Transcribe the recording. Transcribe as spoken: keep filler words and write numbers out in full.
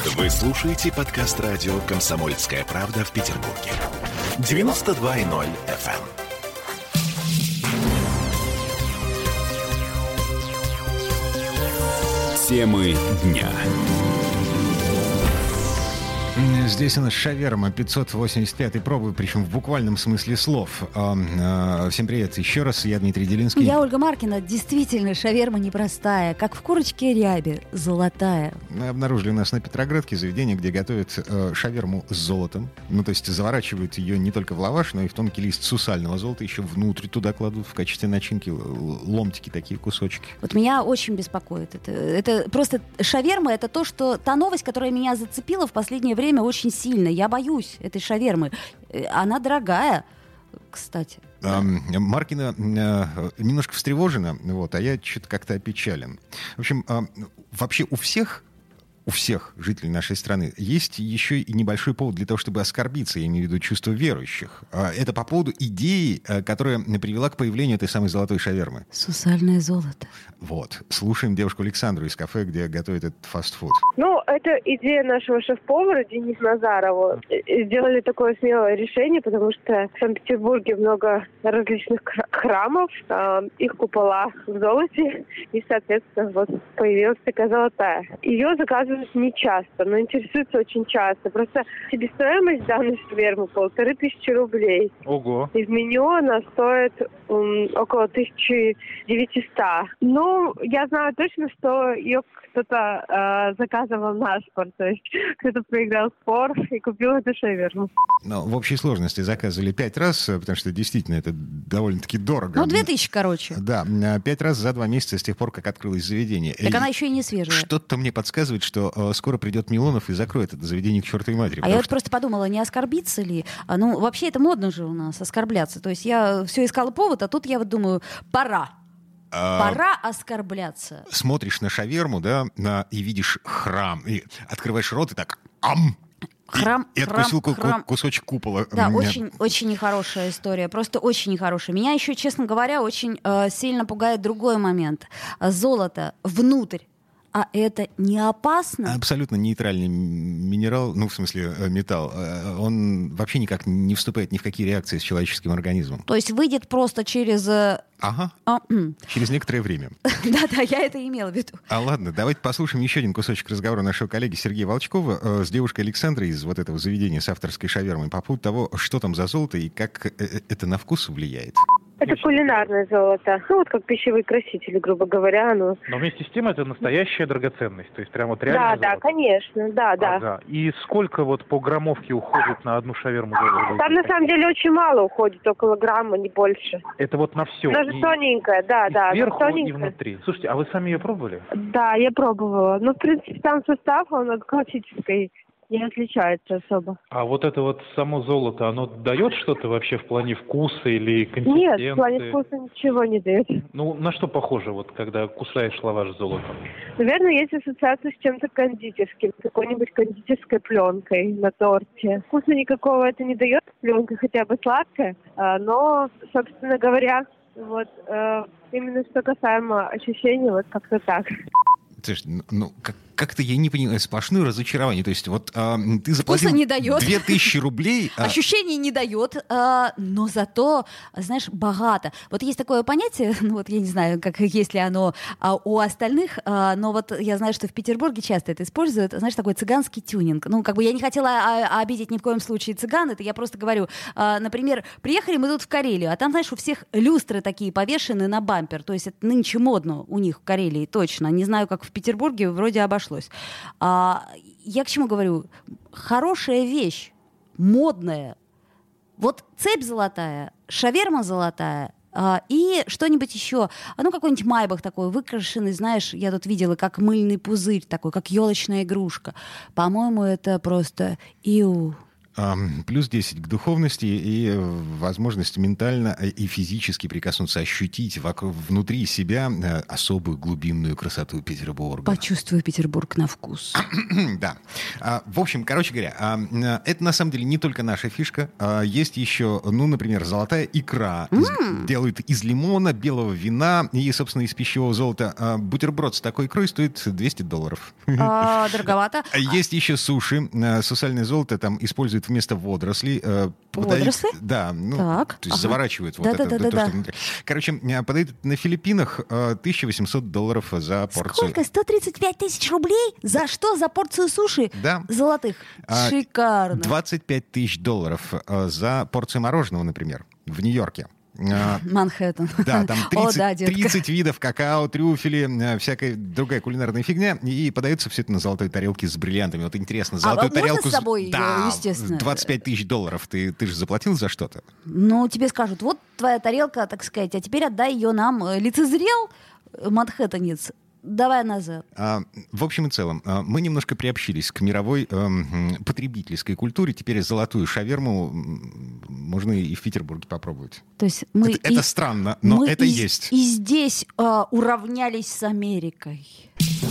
Вы слушаете подкаст радио «Комсомольская правда» в Петербурге. девяносто два и ноль эф эм. Темы дня. Здесь у нас шаверма пятьсот восемьдесят пятой пробы, причем в буквальном смысле слов. Всем привет еще раз, я Дмитрий Делинский. Я Ольга Маркина. Действительно, шаверма непростая, как в курочке рябе, золотая. Мы обнаружили у нас на Петроградке заведение, где готовят э, шаверму с золотом. Ну, то есть заворачивают ее не только в лаваш, но и в тонкий лист сусального золота, еще внутрь туда кладут в качестве начинки ломтики, такие кусочки. Вот меня очень беспокоит. Это, это просто шаверма — это то, что та новость, которая меня зацепила в последнее время очень сильно. Я боюсь этой шавермы. Она дорогая, кстати. Да. Маркина немножко встревожена, вот, а я что-то как-то опечален. В общем, вообще у всех, у всех жителей нашей страны есть еще и небольшой повод для того, чтобы оскорбиться, я имею в виду чувство верующих. Это по поводу идеи, которая привела к появлению этой самой золотой шавермы. Сусальное золото. Вот. Слушаем девушку Александру из кафе, где готовит этот фастфуд. Ну, это идея нашего шеф-повара Дениса Назарова. Сделали такое смелое решение, потому что в Санкт-Петербурге много различных храмов, их купола в золоте, и, соответственно, вот появилась такая золотая. Ее заказывают не часто, но интересуются очень часто. Просто себестоимость данной шавермы полторы тысячи рублей. Ого. Из меню она стоит м, около тысячи девятисот. Ну, я знаю точно, что ее кто-то э, заказывал на спор, то есть кто-то проиграл спор и купил эту шаверму. Но в общей сложности заказывали пять раз, потому что действительно это довольно-таки дорого. Ну, две тысячи, короче. Да, пять раз за два месяца с тех пор, как открылось заведение. Так и она еще и не свежая. Что-то мне подсказывает, что э, скоро придет Милонов и закроет это заведение к чертовой матери. А я вот что... просто подумала, не оскорбиться ли? А, ну, вообще это модно же у нас, оскорбляться. То есть я все искала повод, а тут я вот думаю, пора. Пора оскорбляться. Смотришь на шаверму, да, на, и видишь храм, и открываешь рот, и так ам! Храм, и, и храм, откусил храм. кусочек купола. Да, очень, очень нехорошая история, просто очень нехорошая. Меня еще, честно говоря, очень э, сильно пугает другой момент. Золото внутрь. А это не опасно? Абсолютно нейтральный минерал, ну, в смысле, металл. Он вообще никак не вступает ни в какие реакции с человеческим организмом. То есть выйдет просто через... Ага, а, через некоторое время. Да-да, я это имела в виду. А ладно, давайте послушаем еще один кусочек разговора нашего коллеги Сергея Волчкова с девушкой Александрой из вот этого заведения с авторской шавермой по поводу того, что там за золото и как это на вкус влияет. Это кулинарное золото. Ну, вот как пищевые красители, грубо говоря. Оно... Но вместе с тем это настоящая драгоценность. То есть прям вот реально Да, золото. да, конечно. Да, да. Ага. И сколько вот по граммовке уходит на одну шаверму золота? Там на самом деле очень мало уходит, около грамма, не больше. Это вот на все. Она же и... тоненькая, да, и да. сверху тоненькая. и внутри. Слушайте, а вы сами ее пробовали? Да, я пробовала. Ну, в принципе, там состав, он от классической не отличается особо. А вот это вот само золото, оно дает что-то вообще в плане вкуса или консистенции? Нет, в плане вкуса ничего не дает. Ну, на что похоже, вот, когда кусаешь лаваш с золотом? Наверное, есть ассоциация с чем-то кондитерским, какой-нибудь кондитерской пленкой на торте. Вкуса никакого это не дает, пленка хотя бы сладкая, но, собственно говоря, вот именно что касаемо ощущений, вот как-то так. Слушай, ну, как, как-то я не понимаю, сплошное разочарование. То есть вот а, ты заплатил не дает. две тысячи рублей. А... Ощущений не дает, а, но зато, знаешь, богато. Вот есть такое понятие, ну вот я не знаю, как есть ли оно а, у остальных, а, но вот я знаю, что в Петербурге часто это используют, знаешь, такой цыганский тюнинг. Ну, как бы я не хотела а, обидеть ни в коем случае цыган, это я просто говорю, а, например, приехали мы тут в Карелию, а там, знаешь, у всех люстры такие повешены на бампер, то есть это нынче модно у них в Карелии, точно. Не знаю, как в Петербурге, вроде обошлось. А, я к чему говорю? Хорошая вещь, модная. Вот цепь золотая, шаверма золотая а, и что-нибудь еще. А ну, какой-нибудь майбах такой, выкрашенный, знаешь, я тут видела, как мыльный пузырь такой, как елочная игрушка. По-моему, это просто иу. Плюс десять к духовности и возможность ментально и физически прикоснуться, ощутить вокруг, внутри себя особую глубинную красоту Петербурга. Почувствую Петербург на вкус. Да. В общем, короче говоря, это на самом деле не только наша фишка. Есть еще, ну, например, золотая икра. Mm. Делают из лимона, белого вина и, собственно, из пищевого золота. Бутерброд с такой икрой стоит двести долларов. А, дороговато. Есть еще суши. Сусальное золото там используют вместо водорослей. Водоросли? Подают, да, ну, так, то есть ага. заворачивают вот да, это, да, да, то, да, что да. внутри. Короче, подают на Филиппинах тысяча восемьсот долларов за порцию. Сколько? сто тридцать пять тысяч рублей? За что? За порцию суши? Да. Золотых? А, Шикарно. двадцать пять тысяч долларов за порцию мороженого, например, в Нью-Йорке. Манхэттен. Да, там тридцать, О, да, тридцать видов какао, трюфели, всякая другая кулинарная фигня. И подается все это на золотой тарелке с бриллиантами. Вот интересно, золотую а можно тарелку... с собой, да, естественно? двадцать пять тысяч долларов. Ты, ты же заплатил за что-то? Ну, тебе скажут, вот твоя тарелка, так сказать, а теперь отдай ее нам. Лицезрел, манхэттенец? Давай назад. А, в общем и целом, а, мы немножко приобщились к мировой а, потребительской культуре. Теперь золотую шаверму можно и в Петербурге попробовать. То есть мы это, и, это странно, но мы это и, есть. И здесь а, уравнялись с Америкой.